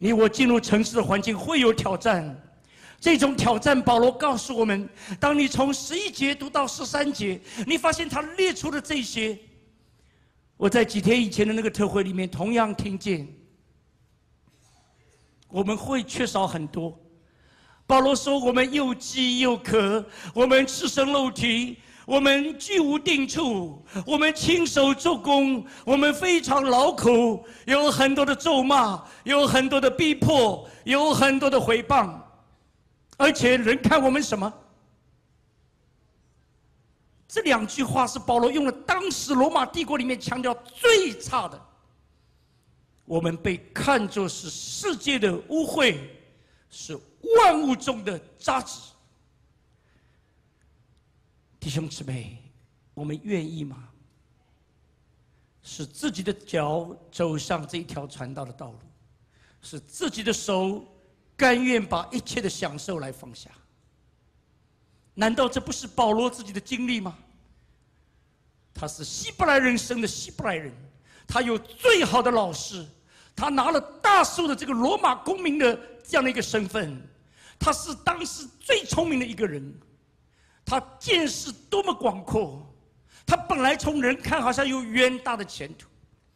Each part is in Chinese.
你我进入城市的环境会有挑战，这种挑战，保罗告诉我们：当你从11节读到13节，你发现他列出的这些。我在几天以前的那个特会里面，同样听见，我们会缺少很多。保罗说：我们又饥又渴，我们赤身露体，我们居无定处，我们亲手做工，我们非常劳苦，有很多的咒骂，有很多的逼迫，有很多的毁谤，而且人看我们什么？这两句话是保罗用了当时罗马帝国里面强调最差的。我们被看作是世界的污秽，是万物中的渣滓。弟兄姊妹，我们愿意吗？使自己的脚走上这一条传道的道路，使自己的手甘愿把一切的享受来放下。难道这不是保罗自己的经历吗？他是希伯来人生的希伯来人，他有最好的老师，他拿了大数的这个罗马公民的这样的一个身份，他是当时最聪明的一个人，他见识多么广阔，他本来从人看好像有远大的前途，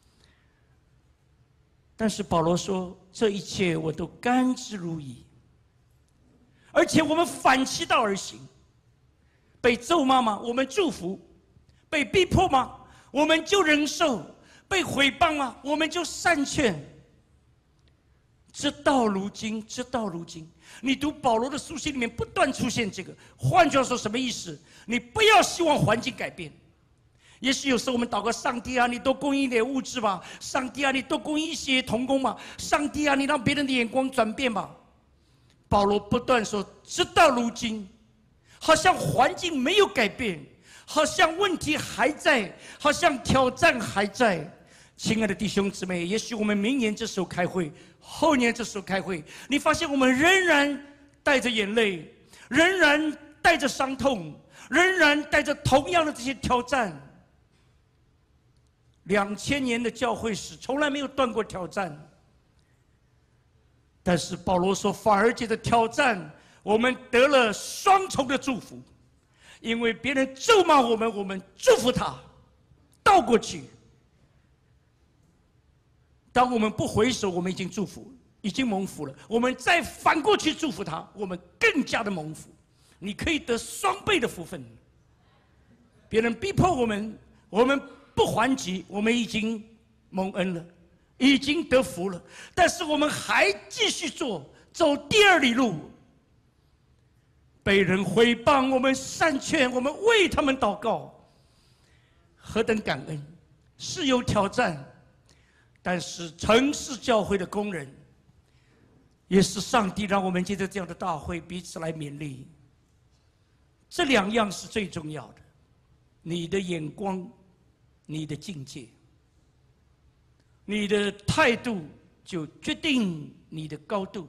但是保罗说：这一切我都甘之如饴。而且我们反其道而行，被咒骂吗？我们祝福；被逼迫吗？我们就忍受；被毁谤吗？我们就善劝。直到如今，直到如今，你读保罗的书信里面不断出现这个。换句话说，什么意思？你不要希望环境改变。也许有时候我们祷告：上帝啊，你多供应一点物质吧；上帝啊，你多供应一些同工吧；上帝啊，你让别人的眼光转变吧。保罗不断说，直到如今，好像环境没有改变，好像问题还在，好像挑战还在。亲爱的弟兄姊妹，也许我们明年这时候开会，后年这时候开会，你发现我们仍然带着眼泪，仍然带着伤痛，仍然带着同样的这些挑战。2000年的教会史从来没有断过挑战。但是保罗说，反而借着挑战，我们得了双重的祝福，因为别人咒骂我们，我们祝福他，倒过去。当我们不回首，我们已经祝福，已经蒙福了。我们再反过去祝福他，我们更加的蒙福。你可以得双倍的福分。别人逼迫我们，我们不还击，我们已经蒙恩了。已经得福了，但是我们还继续走第二里路。被人毁谤，我们善劝，我们为他们祷告，何等感恩！是有挑战，但是城市教会的工人，也是上帝让我们借着这样的大会彼此来勉励。这两样是最重要的，你的眼光，你的境界。你的态度就决定你的高度。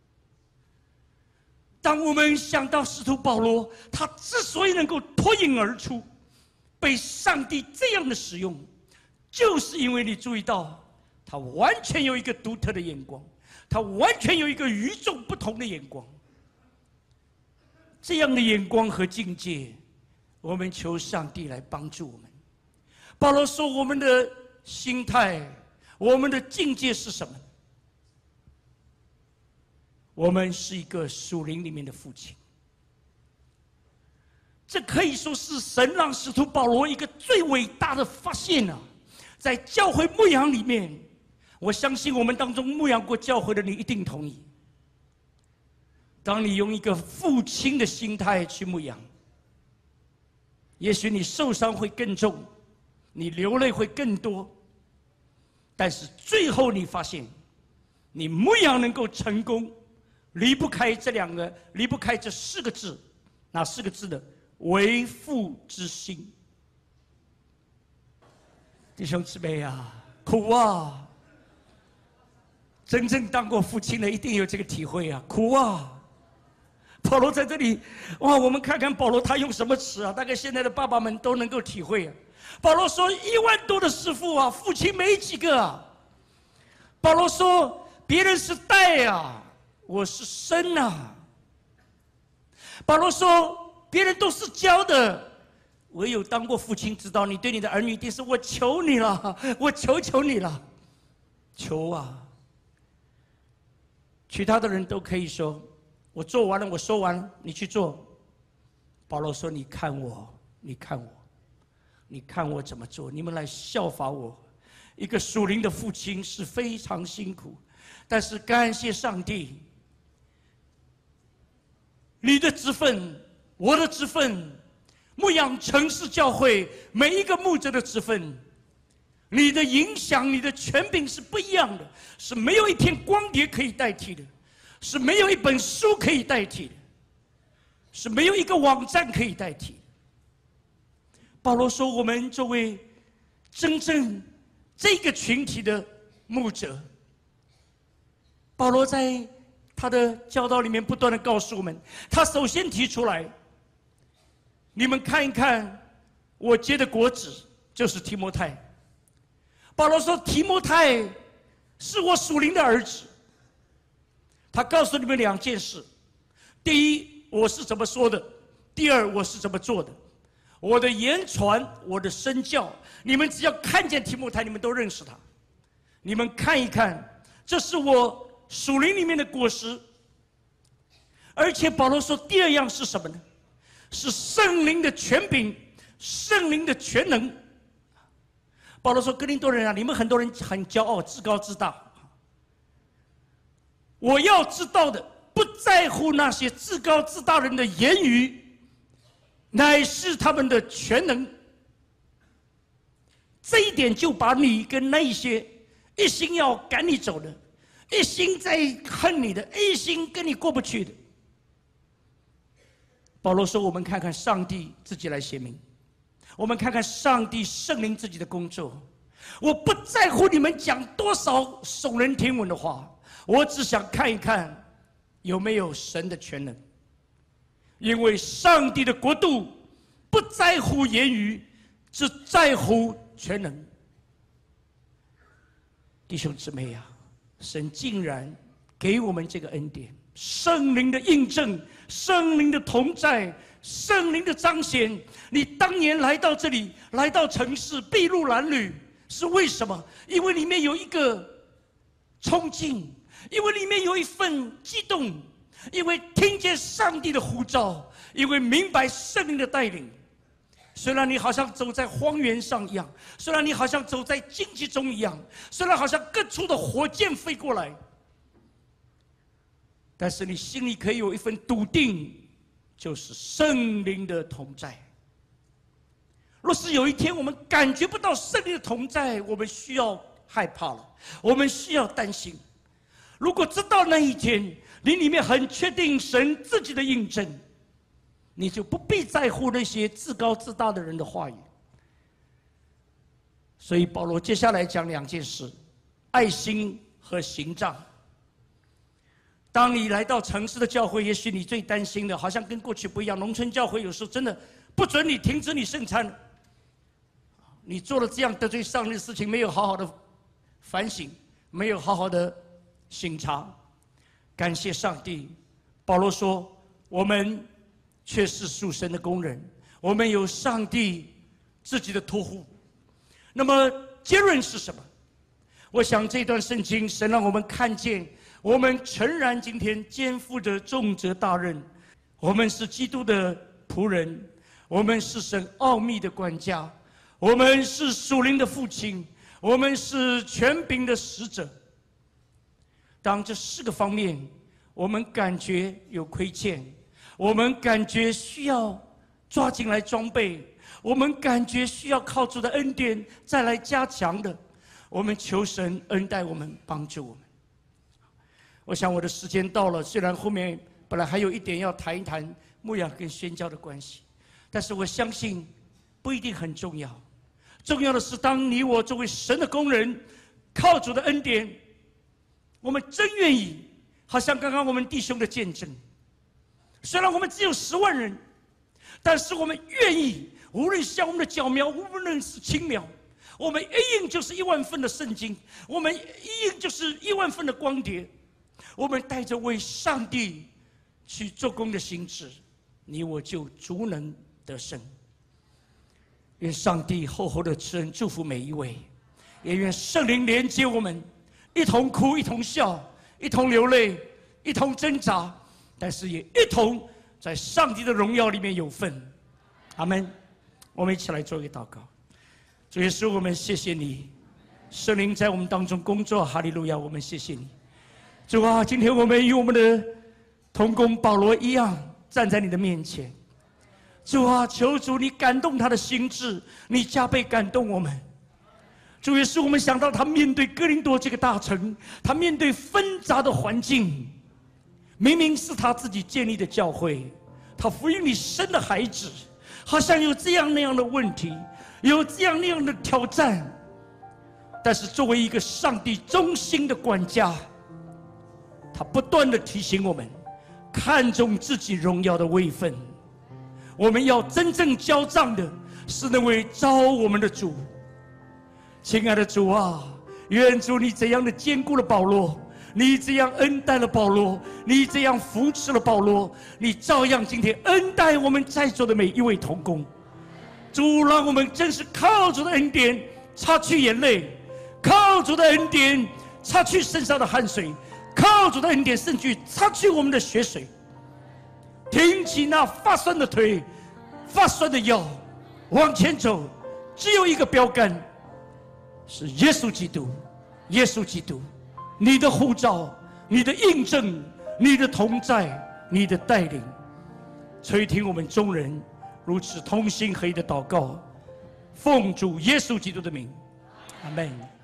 当我们想到使徒保罗，他之所以能够脱颖而出，被上帝这样的使用，就是因为你注意到，他完全有一个独特的眼光，他完全有一个与众不同的眼光。这样的眼光和境界，我们求上帝来帮助我们。保罗说，我们的心态，我们的境界是什么？我们是一个属灵里面的父亲。这可以说是神让使徒保罗一个最伟大的发现啊！在教会牧养里面，我相信我们当中牧养过教会的你一定同意。当你用一个父亲的心态去牧养，也许你受伤会更重，你流泪会更多。但是最后你发现，你牧养能够成功，离不开这4个字，哪4个字的？为父之心。弟兄姊妹啊，苦啊！真正当过父亲的一定有这个体会啊，苦啊！保罗在这里，哇，我们看看保罗他用什么词啊？大概现在的爸爸们都能够体会啊。保罗说：1万多的师傅啊，父亲没几个啊。保罗说： 别人是带啊，我是生啊。保罗说，别人都是教的，唯有当过父亲知道，你对你的儿女一定是我求你了，我求求你了，求啊！其他的人都可以说，我做完了，我说完了，你去做。保罗说，你看我，你看我，你看我怎么做，你们来效法我。一个属灵的父亲是非常辛苦，但是感谢上帝，你的职分，我的职分，牧养城市教会每一个牧者的职分，你的影响，你的权柄是不一样的，是没有一片光碟可以代替的，是没有一本书可以代替的，是没有一个网站可以代替的。保罗说，我们作为真正这个群体的牧者，保罗在他的教导里面不断的告诉我们，他首先提出来，你们看一看我结的果子，就是提摩太。保罗说，提摩太是我属灵的儿子。他告诉你们两件事：第一，我是怎么说的；第二，我是怎么做的。我的言传，我的身教，你们只要看见提摩太，你们都认识他。你们看一看，这是我属灵里面的果实。而且保罗说，第二样是什么呢？是圣灵的权柄，圣灵的全能。保罗说，哥林多人啊，你们很多人很骄傲，自高自大。我要知道的，不在乎那些自高自大人的言语，乃是他们的全能。这一点就把你跟那些一心要赶你走的，一心在恨你的，一心跟你过不去的。保罗说，我们看看上帝自己来显明，我们看看上帝圣灵自己的工作。我不在乎你们讲多少耸人听闻的话，我只想看一看有没有神的全能。因为上帝的国度不在乎言语，只在乎全能。弟兄姊妹啊，神竟然给我们这个恩典，圣灵的印证，圣灵的同在，圣灵的彰显。你当年来到这里，来到城市筚路蓝缕，是为什么？因为里面有一个冲劲，因为里面有一份激动，因为听见上帝的呼召，因为明白圣灵的带领。虽然你好像走在荒原上一样，虽然你好像走在荆棘中一样，虽然好像各处的火箭飞过来，但是你心里可以有一份笃定，就是圣灵的同在。若是有一天我们感觉不到圣灵的同在，我们需要害怕了，我们需要担心。如果知道那一天你里面很确定神自己的印证，你就不必在乎那些自高自大的人的话语。所以保罗接下来讲两件事：爱心和行杖。当你来到城市的教会，也许你最担心的好像跟过去不一样，农村教会有时候真的不准你停止你圣餐，你做了这样得罪上帝的事情，没有好好的反省，没有好好的省察。感谢上帝，保罗说，我们却是属神的工人，我们有上帝自己的托付。那么结论是什么？我想这段圣经神让我们看见，我们诚然今天肩负着重责大任，我们是基督的仆人，我们是神奥秘的管家，我们是属灵的父亲，我们是权柄的使者。当这4个方面我们感觉有亏欠，我们感觉需要抓紧来装备，我们感觉需要靠主的恩典再来加强的，我们求神恩待我们，帮助我们。我想我的时间到了，虽然后面本来还有一点要谈一谈牧养跟宣教的关系，但是我相信不一定很重要。重要的是，当你我作为神的工人，靠主的恩典，我们真愿意，好像刚刚我们弟兄的见证，虽然我们只有10万人，但是我们愿意，无论像我们的脚苗，无论是轻苗， 我们一印就是10000份的圣经，我们一印就是10000份的光碟。我们带着为上帝去做工的心志，你我就足能得胜。愿上帝厚厚的慈恩祝福每一位，也愿圣灵连接我们，一同哭，一同笑，一同流泪，一同挣扎，但是也一同在上帝的荣耀里面有份。阿们。我们一起来做一个祷告。主耶稣，我们谢谢你，圣灵在我们当中工作，哈利路亚！我们谢谢你，主啊！今天我们与我们的同工保罗一样，站在你的面前。主啊，求主你感动他的心志，你加倍感动我们。主耶稣，我们想到他面对哥林多这个大城，他面对纷杂的环境，明明是他自己建立的教会，他福音里生的孩子，好像有这样那样的问题，有这样那样的挑战，但是作为一个上帝忠心的管家，他不断地提醒我们，看重自己荣耀的位分。我们要真正交账的是那位召我们的主。亲爱的主啊，愿主你怎样的坚固了保罗，你这样恩待了保罗，你这样扶持了保罗，你照样今天恩待我们在座的每一位同工。主，让我们真是靠主的恩典擦去眼泪，靠主的恩典擦去身上的汗水，靠主的恩典甚至擦去我们的血水，挺起那发酸的腿，发酸的腰，往前走。只有一个标杆，是耶稣基督。耶稣基督，你的呼召，你的印证，你的同在，你的带领，垂听我们众人如此同心合意的祷告，奉主耶稣基督的名，阿们。